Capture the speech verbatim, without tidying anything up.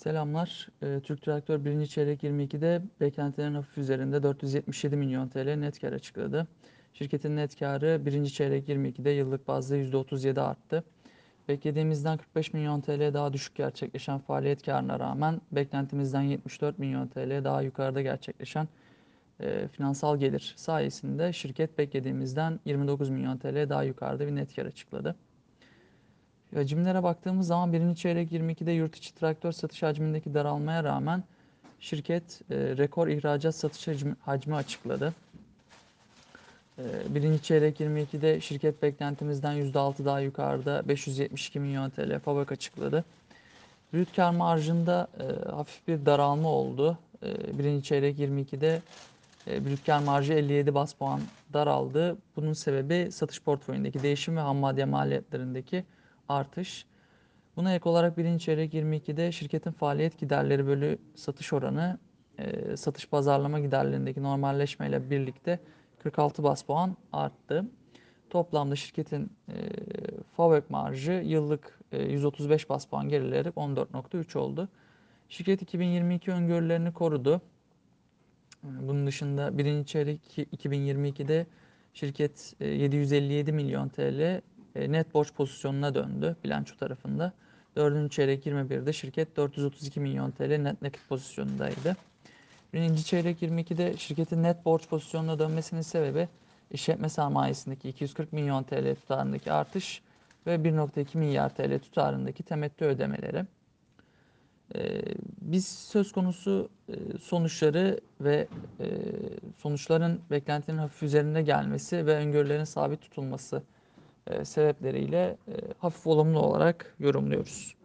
Selamlar. Ee, Türk Traktör birinci çeyrek yirmi ikide beklentilerin hafif üzerinde dört yüz yetmiş yedi milyon T L net kar açıkladı. Şirketin net karı birinci çeyrek yirmi ikide yıllık bazda yüzde otuz yedi arttı. Beklediğimizden kırk beş milyon T L daha düşük gerçekleşen faaliyet karına rağmen beklentimizden yetmiş dört milyon T L daha yukarıda gerçekleşen e, finansal gelir sayesinde şirket beklediğimizden yirmi dokuz milyon T L daha yukarıda bir net kar açıkladı. Hacimlere baktığımız zaman birinci çeyrek yirmi ikide yurt içi traktör satış hacmindeki daralmaya rağmen şirket e, rekor ihracat satış hacmi, hacmi açıkladı. E, birinci çeyrek yirmi ikide şirket beklentimizden yüzde altı daha yukarıda beş yüz yetmiş iki milyon T L FAVÖK açıkladı. Brüt kar marjında e, hafif bir daralma oldu. E, birinci çeyrek yirmi ikide e, brüt kar marjı elli yedi bas puan daraldı. Bunun sebebi satış portföyündeki değişim ve hammadye maliyetlerindeki artış. Buna ek olarak birinci çeyrek yirmi ikide şirketin faaliyet giderleri bölü satış oranı e, satış pazarlama giderlerindeki normalleşmeyle birlikte kırk altı bas puan arttı. Toplamda şirketin e, FAVÖK marjı yıllık e, yüz otuz beş bas puan gerileyerek on dört nokta üç oldu. Şirket iki bin yirmi iki öngörülerini korudu. Bunun dışında birinci çeyrek iki bin yirmi ikide şirket yedi yüz elli yedi milyon T L net borç pozisyonuna döndü bilanço tarafında. Dördüncü çeyrek yirmi birde şirket dört yüz otuz iki milyon T L net nakit pozisyonundaydı. Birinci çeyrek yirmi ikide şirketin net borç pozisyonuna dönmesinin sebebi işletme sermayesindeki iki yüz kırk milyon T L tutarındaki artış ve bir nokta iki milyar T L tutarındaki temettü ödemeleri. Ee, Biz söz konusu e, sonuçları ve e, sonuçların beklentinin hafif üzerinde gelmesi ve öngörülerin sabit tutulması e, sebepleriyle e, hafif olumlu olarak yorumluyoruz.